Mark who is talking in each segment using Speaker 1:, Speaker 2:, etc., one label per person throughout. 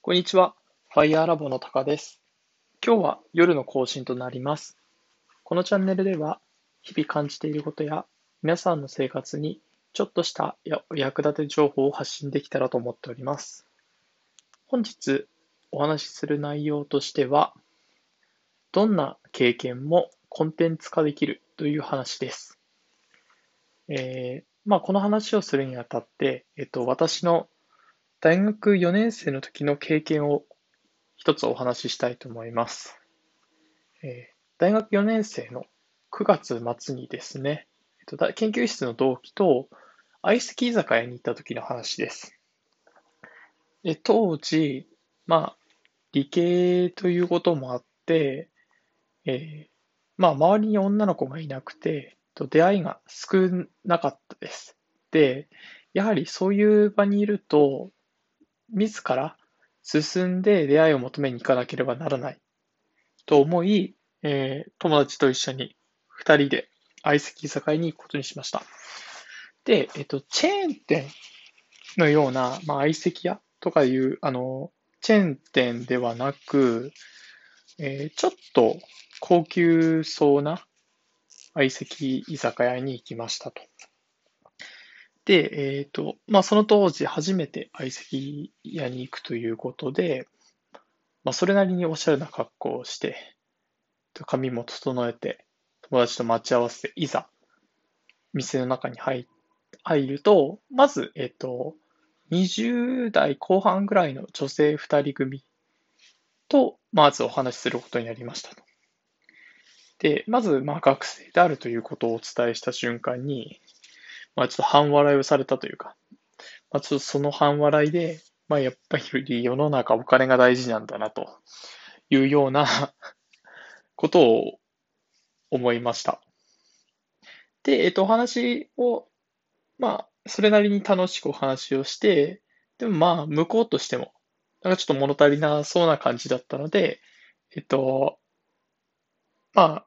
Speaker 1: こんにちは。ファイアーラボのタカです。今日は夜の更新となります。このチャンネルでは、日々感じていることや、皆さんの生活にちょっとした役立てる情報を発信できたらと思っております。本日お話しする内容としては、どんな経験もコンテンツ化できるという話です。この話をするにあたって、私の大学4年生の時の経験を一つお話ししたいと思います。大学4年生の9月末にですね、研究室の同期と相席居酒屋に行った時の話です。当時、理系ということもあって、周りに女の子がいなくて、出会いが少なかったです。で、やはりそういう場にいると、自ら進んで出会いを求めに行かなければならないと思い、友達と一緒に二人で相席居酒屋に行くことにしました。で、チェーン店のような、相席屋とかいう、チェーン店ではなく、ちょっと高級そうな相席居酒屋に行きましたと。で、その当時初めて相席屋に行くということで、それなりにおしゃれな格好をして、髪も整えて、友達と待ち合わせて、いざ、店の中に入ると、まず、20代後半ぐらいの女性2人組と、まずお話しすることになりましたと。で、まず、学生であるということをお伝えした瞬間に、ちょっと半笑いをされたというか、ちょっとその半笑いで、やっぱり世の中お金が大事なんだなというようなことを思いました。で、お話をそれなりに楽しくお話をして、でも向こうとしても、なんかちょっと物足りなそうな感じだったので、えっと、まあ、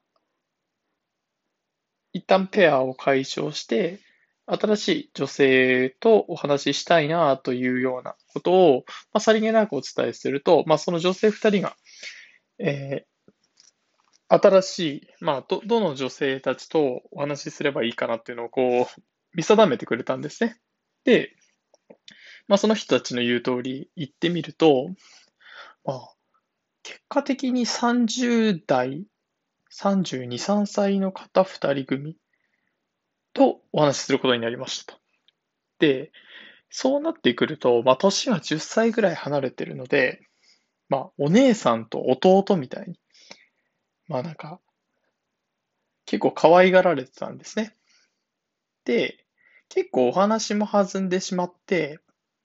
Speaker 1: 一旦ペアを解消して、新しい女性とお話ししたいなというようなことを、さりげなくお伝えすると、その女性二人が、え新しい、どの女性たちとお話しすればいいかなっていうのを見定めてくれたんですね。で、その人たちの言う通り言ってみると、まあ、結果的に30代、32、3歳の方2人組とお話しすることになりましたと。で、そうなってくると、年が10歳ぐらい離れてるので、お姉さんと弟みたいに、なんか、結構可愛がられてたんですね。で、結構お話も弾んでしまって、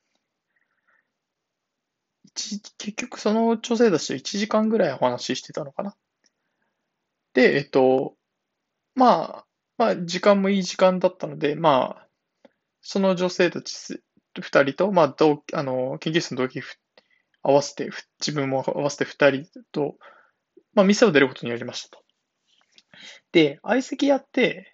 Speaker 1: 結局その女性たちと1時間ぐらいお話ししてたのかな。で、ま時間もいい時間だったので、その女性たち二人と、研究室の同期合わせて、自分も合わせて二人と、店を出ることになりましたと。で、相席屋って、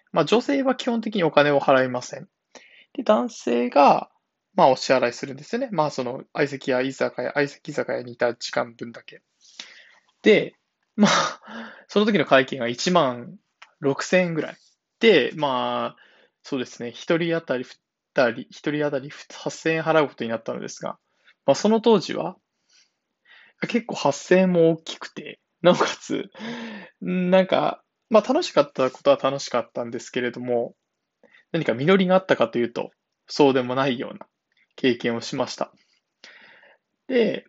Speaker 1: 女性は基本的にお金を払いません。で、男性が、お支払いするんですよね。その、相席居酒屋にいた時間分だけ。で、その時の会計が1万6000円ぐらい。で、そうですね、一人当たり8000円払うことになったのですが、その当時は結構8000円も大きくて、なおかつ、なんか、楽しかったことは楽しかったんですけれども、何か実りがあったかというと、そうでもないような経験をしました。で、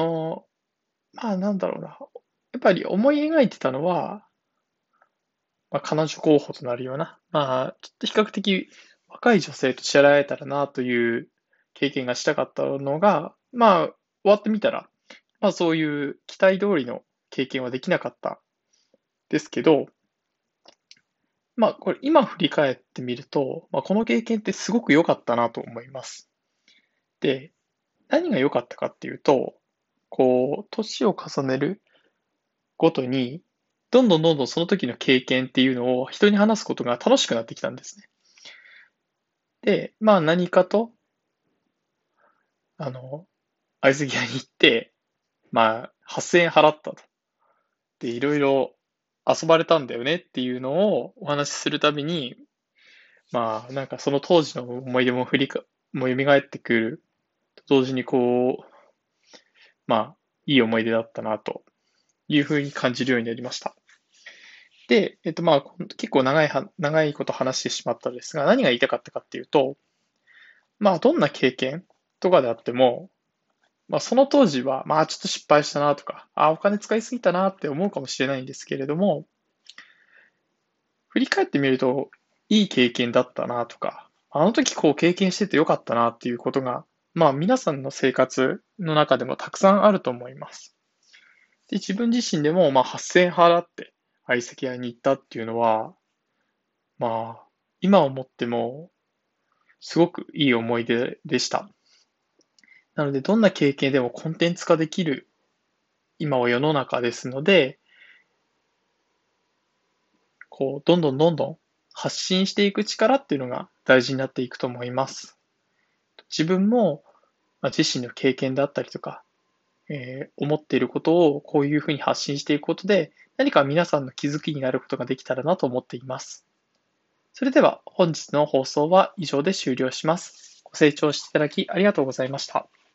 Speaker 1: なんだろうな。やっぱり思い描いてたのは、彼女候補となるような、ちょっと比較的若い女性と知り合えたらなという経験がしたかったのが、終わってみたら、そういう期待通りの経験はできなかったですけど、これ今振り返ってみると、この経験ってすごく良かったなと思います。で、何が良かったかっていうと、年を重ねるごとに、どんどんその時の経験っていうのを人に話すことが楽しくなってきたんですね。で、何かと、あの、相席屋に行って、 まあ、8000円払ったと。で、いろいろ遊ばれたんだよねっていうのをお話しするたびに、まあ、なんかその当時の思い出ももう蘇ってくると同時にまあ、いい思い出だったなというふうに感じるようになりました。で、まあ、結構長いこと話してしまったんですが、何が言いたかったかっていうと、まあ、どんな経験とかであっても、まあ、その当時は、まあ、ちょっと失敗したなとか、お金使いすぎたなって思うかもしれないんですけれども、振り返ってみると、いい経験だったなとか、あの時こう経験しててよかったなっていうことが、まあ、皆さんの生活の中でもたくさんあると思います。で、自分自身でも、まあ、8000円払って相席屋に行ったっていうのは、まあ、今思っても、すごくいい思い出でした。なので、どんな経験でもコンテンツ化できる今は世の中ですので、どんどん発信していく力っていうのが大事になっていくと思います。自分も、自身の経験だったりとか、思っていることをこういうふうに発信していくことで、何か皆さんの気づきになることができたらなと思っています。それでは本日の放送は以上で終了します。ご清聴していただきありがとうございました。